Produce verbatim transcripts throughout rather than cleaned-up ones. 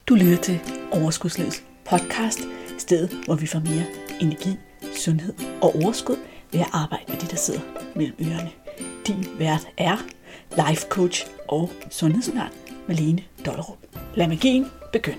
Du lytter til Overskudslivets podcast, stedet hvor vi får mere energi, sundhed og overskud ved at arbejde med de, der sidder mellem ørerne. Din vært er life coach og sundhedsundern Malene Dollerup. Lad magien begynde.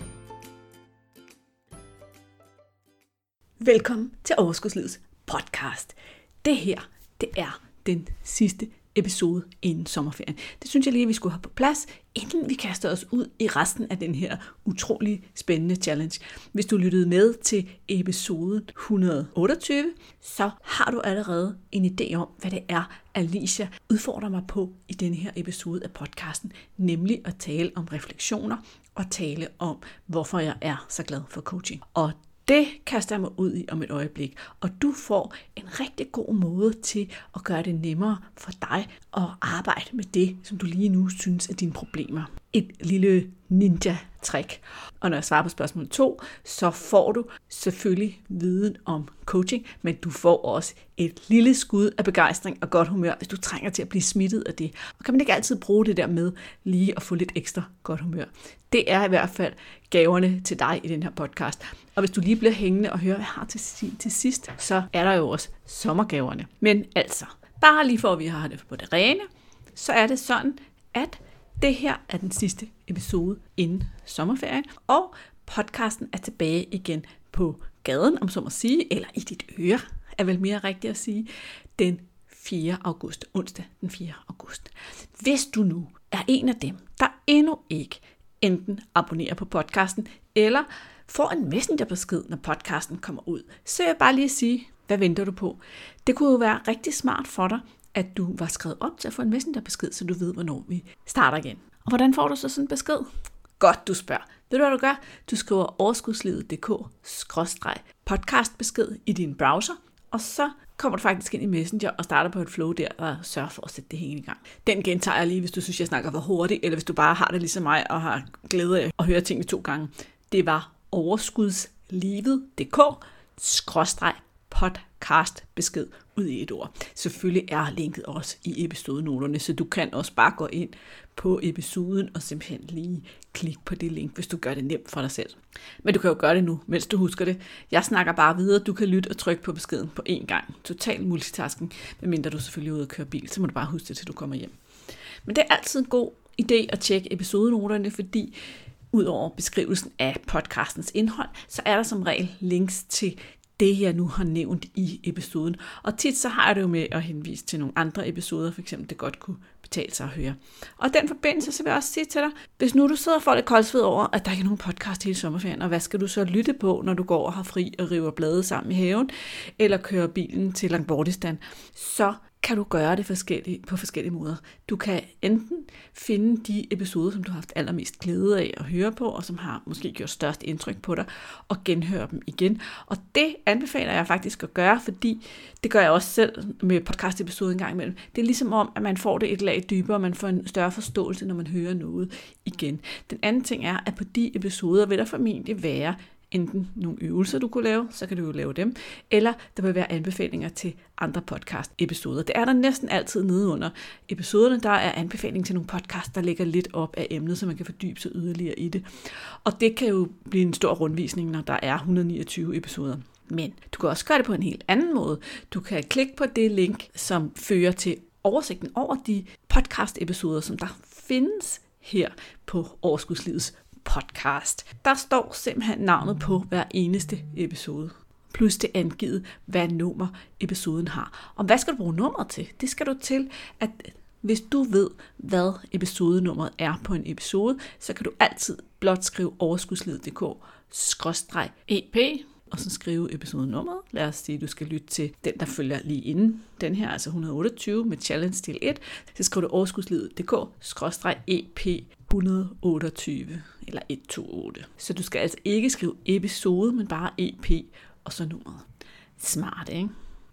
Velkommen til Overskudslivets podcast. Det her, det er den sidste episode inden sommerferien. Det synes jeg lige, vi skulle have på plads, inden vi kaster os ud i resten af den her utrolig spændende challenge. Hvis du lyttede med til episode et hundrede og otteogtyve, så har du allerede en idé om, hvad det er, Alicia udfordrer mig på i denne her episode af podcasten, nemlig at tale om refleksioner og tale om, hvorfor jeg er så glad for coaching. Og det kaster jeg mig ud i om et øjeblik, og du får en rigtig god måde til at gøre det nemmere for dig at arbejde med det, som du lige nu synes er dine problemer. Et lille ninja-trick. Og når jeg svarer på spørgsmål to, så får du selvfølgelig viden om coaching, men du får også et lille skud af begejstring og godt humør, hvis du trænger til at blive smittet af det. Og kan man ikke altid bruge det der med lige at få lidt ekstra godt humør. Det er i hvert fald gaverne til dig i den her podcast. Og hvis du lige bliver hængende og hører, hvad jeg har til, til sidst, så er der jo også sommergaverne. Men altså, bare lige for at vi har det på det rene, så er det sådan, at det her er den sidste episode inden sommerferien, og podcasten er tilbage igen på gaden, om så må sige, eller i dit øre, er vel mere rigtigt at sige, den fjerde august, onsdag den fjerde august. Hvis du nu er en af dem, der endnu ikke enten abonnerer på podcasten, eller får en messengerbesked, når podcasten kommer ud, så vil jeg bare lige sige, hvad venter du på? Det kunne jo være rigtig smart for dig, at du var skrevet op til at få en messengerbesked, så du ved, hvornår vi starter igen. Og hvordan får du så sådan en besked? Godt, du spørger. Ved du, hvad du gør? Du skriver overskudslivet punktum d k skråstreg podcastbesked i din browser, og så kommer du faktisk ind i Messenger og starter på et flow der, og sørger for at sætte det hele i gang. Den gentager jeg lige, hvis du synes, jeg snakker for hurtigt, eller hvis du bare har det ligesom mig, og har glæde af at høre tingene to gange. Det var overskudslivet punktum d k skråstreg podcast besked ud i et ord. Selvfølgelig er linket også i episodenoterne, så du kan også bare gå ind på episoden og simpelthen lige klikke på det link, hvis du gør det nemt for dig selv. Men du kan jo gøre det nu, mens du husker det. Jeg snakker bare videre. Du kan lytte og trykke på beskeden på én gang. Total multitasking, medmindre du selvfølgelig er ude og køre bil, så må du bare huske det, til du kommer hjem. Men det er altid en god idé at tjekke episodenoterne, fordi udover beskrivelsen af podcastens indhold, så er der som regel links til det, jeg nu har nævnt i episoden. Og tit så har jeg det jo med at henvise til nogle andre episoder, for eksempel det godt kunne betale sig at høre. Og i den forbindelse, så vil jeg også sige til dig, hvis nu du sidder og får lidt koldsved over, at der ikke er nogen podcast hele sommerferien, og hvad skal du så lytte på, når du går og har fri og river blade sammen i haven, eller kører bilen til Langbordistan, så kan du gøre det forskellige, på forskellige måder. Du kan enten finde de episoder, som du har haft allermest glæde af at høre på, og som har måske gjort størst indtryk på dig, og genhøre dem igen. Og det anbefaler jeg faktisk at gøre, fordi det gør jeg også selv med podcast-episoden en gang imellem. Det er ligesom om, at man får det et lag dybere, og man får en større forståelse, når man hører noget igen. Den anden ting er, at på de episoder vil der formentlig være enten nogle øvelser, du kunne lave, så kan du jo lave dem, eller der vil være anbefalinger til andre podcast-episoder. Det er der næsten altid nede under episoderne, der er anbefaling til nogle podcasts, der ligger lidt op af emnet, så man kan fordybe sig yderligere i det. Og det kan jo blive en stor rundvisning, når der er et hundrede og niogtyve episoder. Men du kan også gøre det på en helt anden måde. Du kan klikke på det link, som fører til oversigten over de podcast-episoder, som der findes her på Overskudslivets podcast. Der står simpelthen navnet på hver eneste episode. Plus det angivet, hvad nummer episoden har. Og hvad skal du bruge nummeret til? Det skal du til, at hvis du ved, hvad episodenummeret er på en episode, så kan du altid blot skrive overskudslivet punktum d k skråstreg e p og så skrive episodenummeret. Lad os sige, at du skal lytte til den, der følger lige inden den her, altså et hundrede og otteogtyve med challenge til et. Så skriver du overskudslivet punktum d k skråstreg e p et hundrede og otteogtyve eller et to otte. Så du skal altså ikke skrive episode, men bare E P og så nummeret. Smart, ikke?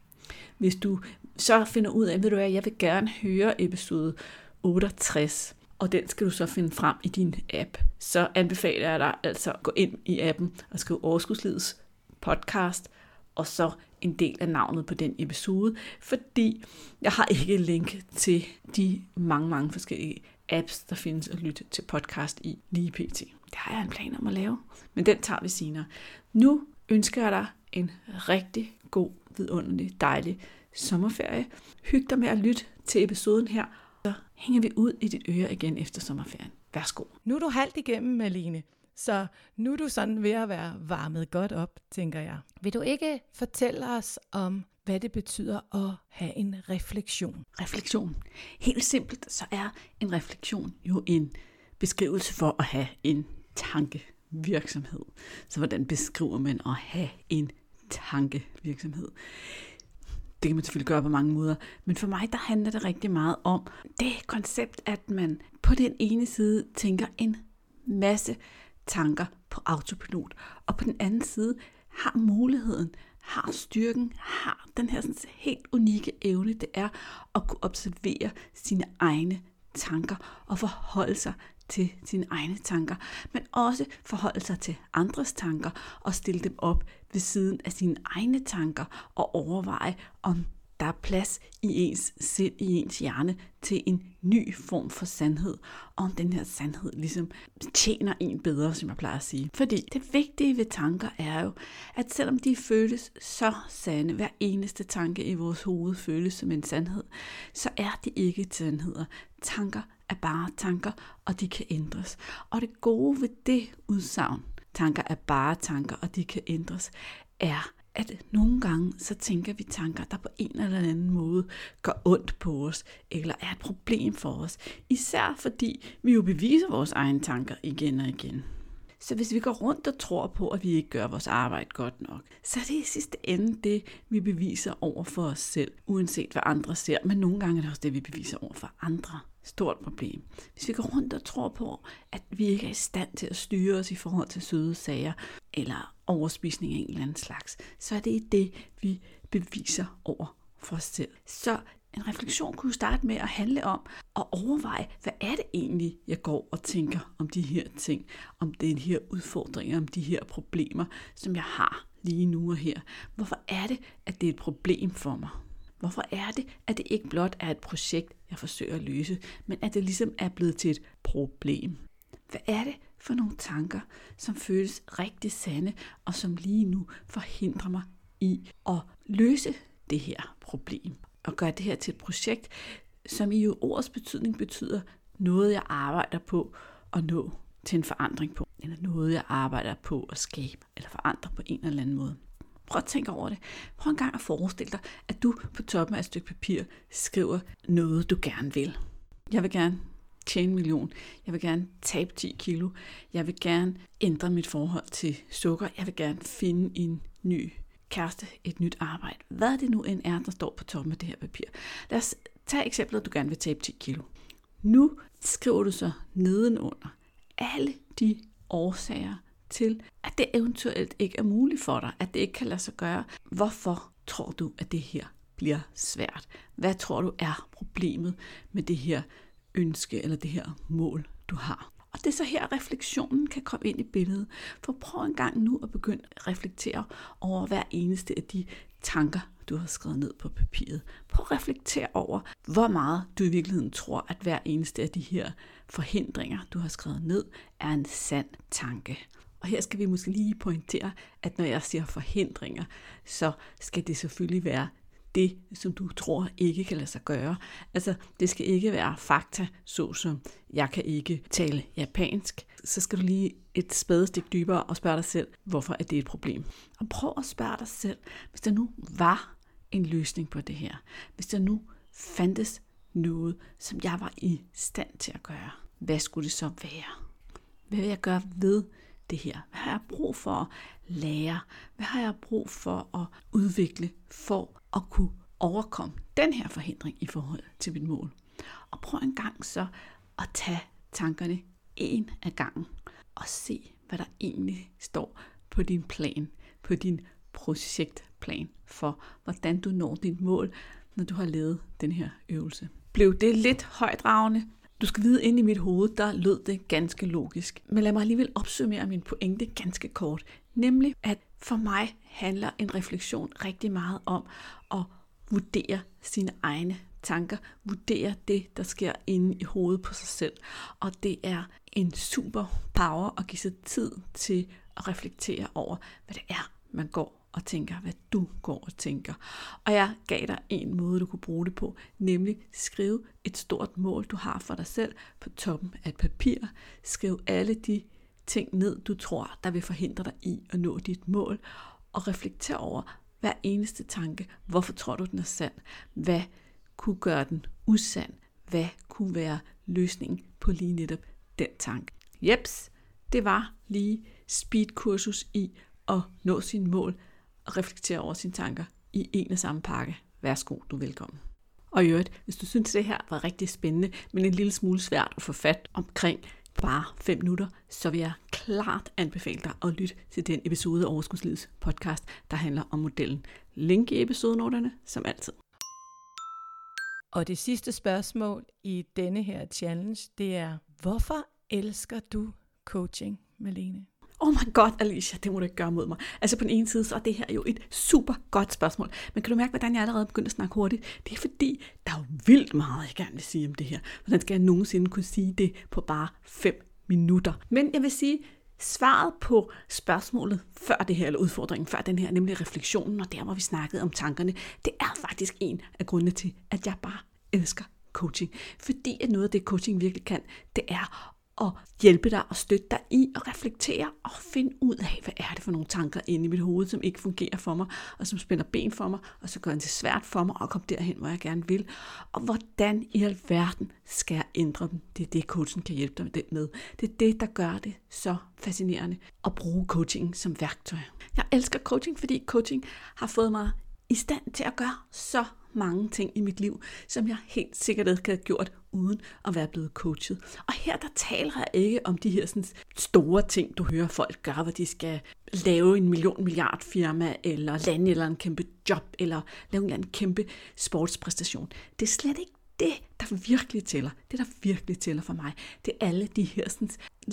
Hvis du så finder ud af, ved du hvad, jeg vil gerne høre episode otteogtres, og den skal du så finde frem i din app, så anbefaler jeg dig altså at gå ind i appen og skrive Overskudslivets podcast, og så en del af navnet på den episode, fordi jeg har ikke link til de mange, mange forskellige apps, der findes at lytte til podcast i lige pt. Det har jeg en plan om at lave, men den tager vi senere. Nu ønsker jeg dig en rigtig god, vidunderlig, dejlig sommerferie. Hyg dig med at lytte til episoden her, så hænger vi ud i dit øre igen efter sommerferien. Værsgo. Nu er du halvt igennem, Malene, så nu er du sådan ved at være varmet godt op, tænker jeg. Vil du ikke fortælle os om, hvad det betyder at have en refleksion? Refleksion. Helt simpelt, så er en refleksion jo en beskrivelse for at have en tankevirksomhed. Så hvordan beskriver man at have en tankevirksomhed? Det kan man selvfølgelig gøre på mange måder, men for mig der handler det rigtig meget om det koncept, at man på den ene side tænker en masse tanker på autopilot, og på den anden side har muligheden, har styrken, har den her sådan helt unikke evne, det er at kunne observere sine egne tanker og forholde sig til sine egne tanker, men også forholde sig til andres tanker og stille dem op ved siden af sine egne tanker og overveje, om der er plads i ens sind, i ens hjerne til en ny form for sandhed, og om den her sandhed ligesom tjener en bedre, som jeg plejer at sige. Fordi det vigtige ved tanker er jo, at selvom de føles så sande, hver eneste tanke i vores hoved føles som en sandhed, så er de ikke sandheder. Tanker er bare tanker, og de kan ændres. Og det gode ved det udsagn, tanker er bare tanker, og de kan ændres, er, at nogle gange så tænker vi tanker, der på en eller anden måde gør ondt på os, eller er et problem for os. Især fordi vi jo beviser vores egne tanker igen og igen. Så hvis vi går rundt og tror på, at vi ikke gør vores arbejde godt nok, så er det i sidste ende det, vi beviser over for os selv, uanset hvad andre ser. Men nogle gange er det også det, vi beviser over for andre. Stort problem. Hvis vi går rundt og tror på, at vi ikke er i stand til at styre os i forhold til søde sager, eller overspisning af en eller anden slags, så er det det, vi beviser over for os selv. Så en refleksion kunne starte med at handle om at overveje, hvad er det egentlig, jeg går og tænker om de her ting, om de her udfordringer, om de her problemer, som jeg har lige nu og her. Hvorfor er det, at det er et problem for mig? Hvorfor er det, at det ikke blot er et projekt, jeg forsøger at løse, men at det ligesom er blevet til et problem? Hvad er det for nogle tanker, som føles rigtig sande, og som lige nu forhindrer mig i at løse det her problem? Og gøre det her til et projekt, som i jo ordets betydning betyder noget, jeg arbejder på at nå til en forandring på. Eller noget, jeg arbejder på at skabe eller forandre på en eller anden måde. Prøv at tænke over det. Prøv en gang at forestille dig, at du på toppen af et stykke papir skriver noget, du gerne vil. Jeg vil gerne tjene en million. Jeg vil gerne tabe ti kilo. Jeg vil gerne ændre mit forhold til sukker. Jeg vil gerne finde en ny kæreste, et nyt arbejde. Hvad det nu end er, der står på toppen af det her papir. Lad os tage eksemplet, at du gerne vil tabe ti kilo. Nu skriver du så nedenunder alle de årsager til, at det eventuelt ikke er muligt for dig, at det ikke kan lade sig gøre. Hvorfor tror du, at det her bliver svært? Hvad tror du er problemet med det her ønske eller det her mål, du har? Og det er så her, refleksionen kan komme ind i billedet. For prøv en gang nu at begynde at reflektere over hver eneste af de tanker, du har skrevet ned på papiret. Prøv at reflektere over, hvor meget du i virkeligheden tror, at hver eneste af de her forhindringer, du har skrevet ned, er en sand tanke. Og her skal vi måske lige pointere, at når jeg siger forhindringer, så skal det selvfølgelig være det, som du tror ikke kan lade sig gøre. Altså, det skal ikke være fakta, såsom jeg kan ikke tale japansk. Så skal du lige et spadestik dybere og spørge dig selv, hvorfor er det et problem? Og prøv at spørge dig selv, hvis der nu var en løsning på det her. Hvis der nu fandtes noget, som jeg var i stand til at gøre. Hvad skulle det så være? Hvad vil jeg gøre ved det her? Hvad har jeg brug for at lære? Hvad har jeg brug for at udvikle for at kunne overkomme den her forhindring i forhold til mit mål? Og prøv en gang så at tage tankerne en af gangen og se, hvad der egentlig står på din plan, på din projektplan for, hvordan du når dit mål, når du har lavet den her øvelse. Blev det lidt højdragende? Du skal vide, inde i mit hoved, der lød det ganske logisk. Men lad mig alligevel opsummere min pointe ganske kort. Nemlig, at for mig handler en refleksion rigtig meget om at vurdere sine egne tanker. Vurdere det, der sker inde i hovedet på sig selv. Og det er en super power at give sig tid til at reflektere over, hvad det er, man går og tænker, hvad du går og tænker. Og jeg gav dig en måde, du kunne bruge det på, nemlig skrive et stort mål, du har for dig selv på toppen af et papir. Skriv alle de ting ned, du tror, der vil forhindre dig i at nå dit mål, og reflekter over hver eneste tanke. Hvorfor tror du, den er sand? Hvad kunne gøre den usand? Hvad kunne være løsningen på lige netop den tanke? Jeps, det var lige speedkursus i at nå sine mål og reflektere over sine tanker i en og samme pakke. Værsgo, du er velkommen. Og i øvrigt, hvis du synes, det her var rigtig spændende, men en lille smule svært at få fat omkring bare fem minutter, så vil jeg klart anbefale dig at lytte til den episode af Overskudslivets podcast, der handler om modellen. Link i episodenoterne, som altid. Og det sidste spørgsmål i denne her challenge, det er, hvorfor elsker du coaching, Malene? Oh my god, Alicia, det må du ikke gøre mod mig. Altså på den ene side, så er det her jo et super godt spørgsmål. Men kan du mærke, hvordan jeg allerede begyndte at snakke hurtigt? Det er fordi, der er jo vildt meget, jeg gerne vil sige om det her. Hvordan skal jeg nogensinde kunne sige det på bare fem minutter? Men jeg vil sige, svaret på spørgsmålet før det her, eller udfordringen før den her, nemlig refleksionen, og der hvor vi snakkede om tankerne, det er faktisk en af grundene til, at jeg bare elsker coaching. Fordi at noget af det, coaching virkelig kan, det er at hjælpe dig og støtte dig i at reflektere og finde ud af, hvad er det for nogle tanker inde i mit hoved, som ikke fungerer for mig, og som spænder ben for mig, og så gør det svært for mig at komme derhen, hvor jeg gerne vil. Og hvordan i alverden skal jeg ændre dem? Det er det, coachen kan hjælpe dig med. Det er det, der gør det så fascinerende at bruge coaching som værktøj. Jeg elsker coaching, fordi coaching har fået mig i stand til at gøre så mange ting i mit liv, som jeg helt sikkert ikke havde gjort, uden at være blevet coachet. Og her der taler jeg ikke om de her sådan, store ting, du hører folk gøre, hvor de skal lave en million milliard firma, eller lande eller en kæmpe job, eller lave en eller anden kæmpe sportspræstation. Det er slet ikke det, der virkelig tæller. Det, der virkelig tæller for mig, det er alle de her sådan,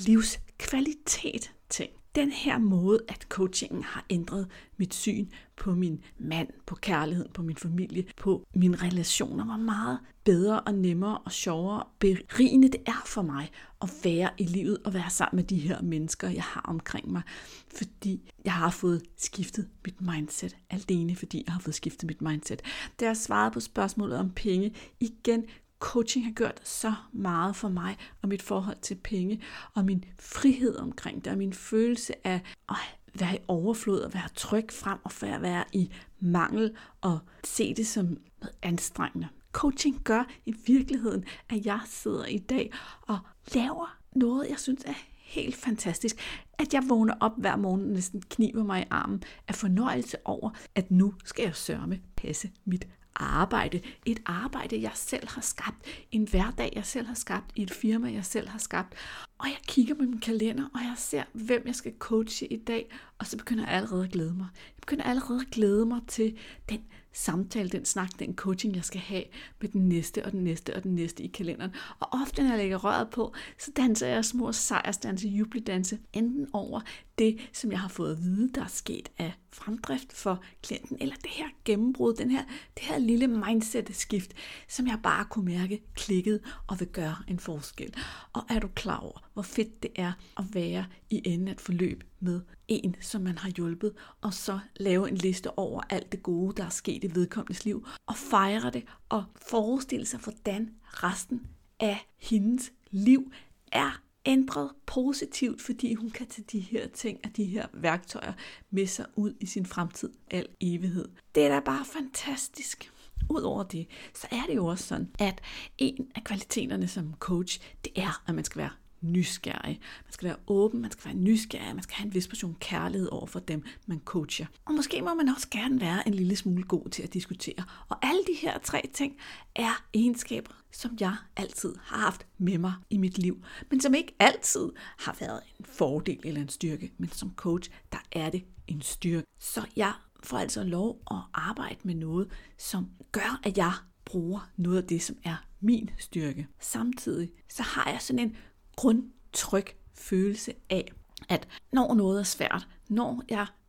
livskvalitet ting. Den her måde, at coachingen har ændret mit syn på min mand, på kærligheden, på min familie, på mine relationer, var meget bedre og nemmere og sjovere og berigende det er for mig at være i livet og være sammen med de her mennesker, jeg har omkring mig. Fordi jeg har fået skiftet mit mindset alene, fordi jeg har fået skiftet mit mindset. Da jeg svarede på spørgsmålet om penge, igen, coaching har gjort så meget for mig og mit forhold til penge og min frihed omkring det og min følelse af at være i overflod og være tryg frem og for at være i mangel og se det som noget anstrengende. Coaching gør i virkeligheden, at jeg sidder i dag og laver noget, jeg synes er helt fantastisk. At jeg vågner op hver morgen og næsten kniber mig i armen af fornøjelse over, at nu skal jeg sørme passe mit arbejde. Et arbejde, jeg selv har skabt. En hverdag, jeg selv har skabt. I et firma, jeg selv har skabt. Og jeg kigger på min kalender, og jeg ser, hvem jeg skal coache i dag. Og så begynder jeg allerede at glæde mig. Jeg begynder allerede at glæde mig til den samtale, den snak, den coaching, jeg skal have med den næste og den næste og den næste i kalenderen. Og ofte, når jeg lægger røret på, så danser jeg små sejrsdanse, jubledanse, enten over det, som jeg har fået at vide, der er sket af fremdrift for klienten, eller det her gennembrud, den her, det her lille mindset-skift, som jeg bare kunne mærke klikkede og vil gøre en forskel. Og er du klar over, hvor fedt det er at være i enden af et forløb med en, som man har hjulpet, og så lave en liste over alt det gode, der er sket i vedkommendes liv, og fejre det, og forestille sig, hvordan resten af hendes liv er ændret positivt, fordi hun kan tage de her ting og de her værktøjer med sig ud i sin fremtid al evighed. Det er da bare fantastisk. Udover det, så er det jo også sådan, at en af kvaliteterne som coach, det er, at man skal være nysgerrig. Man skal være åben, man skal være nysgerrig, man skal have en vis portion kærlighed over for dem, man coacher. Og måske må man også gerne være en lille smule god til at diskutere. Og alle de her tre ting er egenskaber, som jeg altid har haft med mig i mit liv, men som ikke altid har været en fordel eller en styrke, men som coach, der er det en styrke. Så jeg får altså lov at arbejde med noget, som gør, at jeg bruger noget af det, som er min styrke. Samtidig så har jeg sådan en grundtryg følelse af, at når noget er svært, når jeg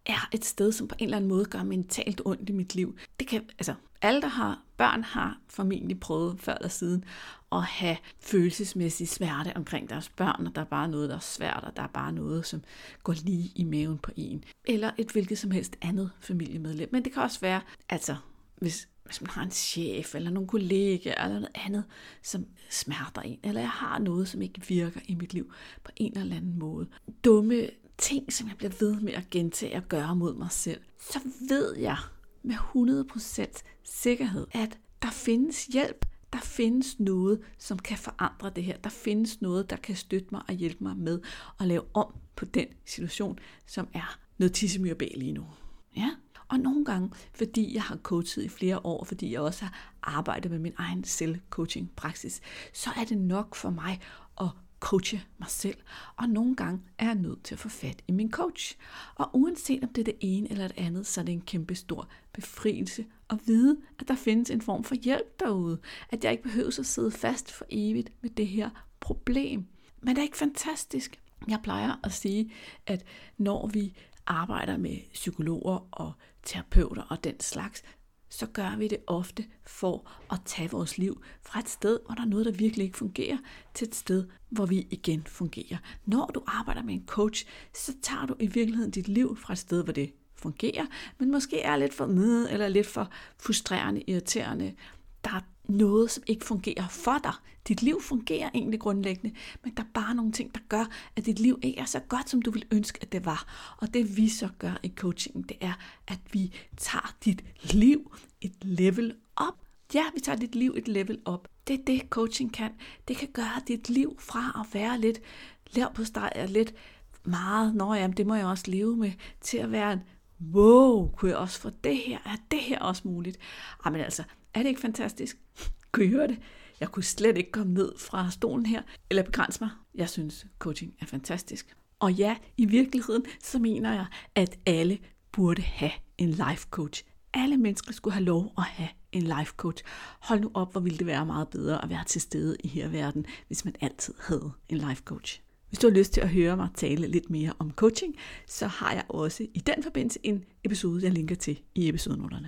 er et sted, som på en eller anden måde gør mentalt ondt i mit liv. Det kan, altså, alle, der har børn, har formentlig prøvet før eller siden at have følelsesmæssig smerte omkring deres børn, og der er bare noget, der er svært, og der er bare noget, som går lige i maven på en. Eller et hvilket som helst andet familiemedlem. Men det kan også være, altså, hvis, hvis man har en chef, eller nogle kollegaer, eller noget andet, som smerter en, eller jeg har noget, som ikke virker i mit liv på en eller anden måde. Dumme ting, som jeg bliver ved med at gentage og gøre mod mig selv, så ved jeg med hundrede procent sikkerhed, at der findes hjælp, der findes noget, som kan forandre det her. Der findes noget, der kan støtte mig og hjælpe mig med at lave om på den situation, som er noget tissemyrbæ lige nu. Ja? Og nogle gange, fordi jeg har coachet i flere år, fordi jeg også har arbejdet med min egen selv-coaching-praksis, så er det nok for mig at coache mig selv, og nogle gange er jeg nødt til at få fat i min coach. Og uanset om det er det ene eller det andet, så er det en kæmpe stor befrielse at vide, at der findes en form for hjælp derude, at jeg ikke behøver at sidde fast for evigt med det her problem. Men det er ikke fantastisk. Jeg plejer at sige, at når vi arbejder med psykologer og terapeuter og den slags, så gør vi det ofte for at tage vores liv fra et sted, hvor der er noget, der virkelig ikke fungerer, til et sted, hvor vi igen fungerer. Når du arbejder med en coach, så tager du i virkeligheden dit liv fra et sted, hvor det fungerer, men måske er lidt for nede, eller lidt for frustrerende, irriterende. Der er noget, som ikke fungerer for dig. Dit liv fungerer egentlig grundlæggende, men der er bare nogle ting, der gør, at dit liv ikke er så godt, som du ville ønske, at det var. Og det vi så gør i coachingen, det er, at vi tager dit liv et level op. Ja, vi tager dit liv et level op. Det er det, coaching kan. Det kan gøre dit liv fra at være lidt lav på steg og lidt meget, nå jamen, det må jeg også leve med, til at være en, wow, kunne jeg også få det her? Er det her også muligt? Jamen altså, er det ikke fantastisk? Kunne I høre det? Jeg kunne slet ikke komme ned fra stolen her, eller begrænse mig. Jeg synes, coaching er fantastisk. Og ja, i virkeligheden, så mener jeg, at alle burde have en life coach. Alle mennesker skulle have lov at have en life coach. Hold nu op, hvor ville det være meget bedre at være til stede i her verden, hvis man altid havde en life coach. Hvis du har lyst til at høre mig tale lidt mere om coaching, så har jeg også i den forbindelse en episode, jeg linker til i episodenoterne.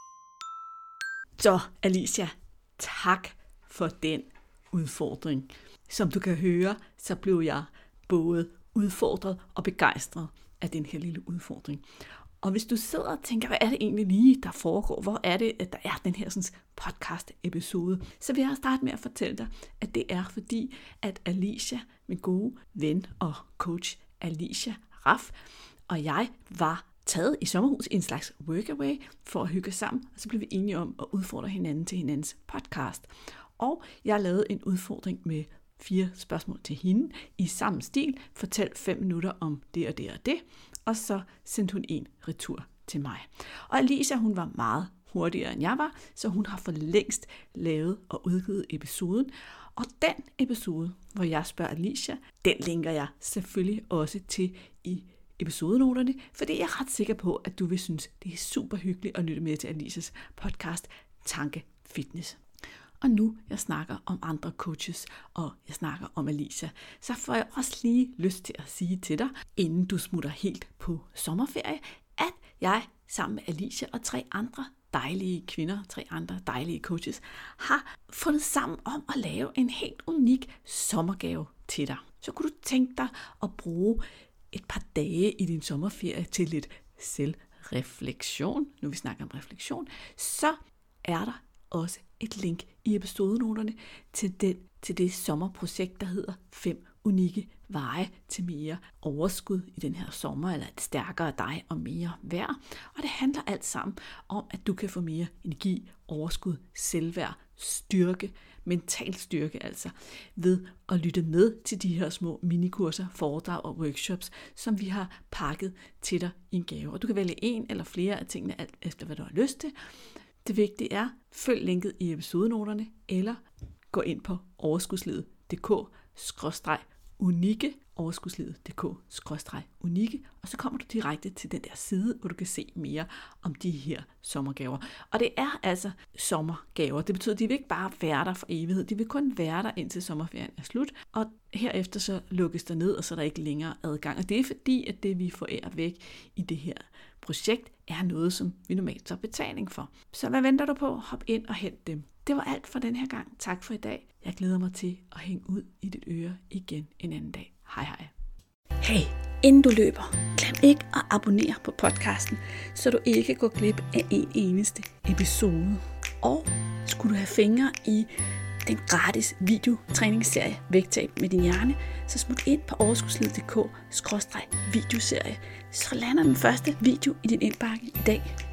Så Alicia, tak for den udfordring. Som du kan høre, så blev jeg både udfordret og begejstret af den her lille udfordring. Og hvis du sidder og tænker, hvad er det egentlig lige, der foregår? Hvor er det, at der er den her sådan, podcast-episode? Så vil jeg starte med at fortælle dig, at det er fordi, at Alicia, min gode ven og coach Alicia Raff, og jeg var taget i sommerhus i en slags workaway for at hygge sammen, og så blev vi enige om at udfordre hinanden til hinandens podcast. Og jeg lavede en udfordring med fire spørgsmål til hende i samme stil. Fortæl fem minutter om det og det og det, og så sendte hun en retur til mig. Og Alicia, hun var meget hurtigere end jeg var, så hun har for længst lavet og udgivet episoden. Og den episode, hvor jeg spørger Alicia, den linker jeg selvfølgelig også til i episodenoterne, fordi jeg er ret sikker på, at du vil synes, det er super hyggeligt at lytte med til Alicias podcast Tanke Fitness. Og nu jeg snakker om andre coaches, og jeg snakker om Alicia, så får jeg også lige lyst til at sige til dig, inden du smutter helt på sommerferie, at jeg sammen med Alicia og tre andre dejlige kvinder, tre andre dejlige coaches, har fundet sammen om at lave en helt unik sommergave til dig. Så kunne du tænke dig at bruge et par dage i din sommerferie til lidt selvreflektion. Nu vi snakker om refleksion, så er der også et link i episodenoterne til, den, til det sommerprojekt, der hedder fem unikke veje til mere overskud i den her sommer, eller et stærkere dig og mere værd. Og det handler alt sammen om, at du kan få mere energi, overskud, selvværd, styrke, mental styrke altså, ved at lytte med til de her små minikurser, foredrag og workshops, som vi har pakket til dig i en gave. Og du kan vælge en eller flere af tingene, alt efter hvad du har lyst til. Det vigtige er, følg linket i episodenoterne, eller gå ind på overskudslivet punktum d k skråstreg unikke, overskudslivet punktum d k skråstreg unikke, og så kommer du direkte til den der side, hvor du kan se mere om de her sommergaver. Og det er altså sommergaver. Det betyder, at de vil ikke bare være der for evighed. De vil kun være der indtil sommerferien er slut. Og herefter så lukkes der ned, og så er der ikke længere adgang. Og det er fordi, at det vi forærer væk i det her projekt, er noget, som vi normalt tager betaling for. Så hvad venter du på? Hop ind og hent dem. Det var alt for den her gang. Tak for i dag. Jeg glæder mig til at hænge ud i dit øre igen en anden dag. Hej hej. Hey, inden du løber, glem ikke at abonnere på podcasten, så du ikke går glip af en eneste episode. Og skulle du have fingre i den gratis videotræningsserie Vægtab med din hjerne, så smut ind på overskudslivet punktum d k skråstreg videoserie, så lander den første video i din indbakke i dag.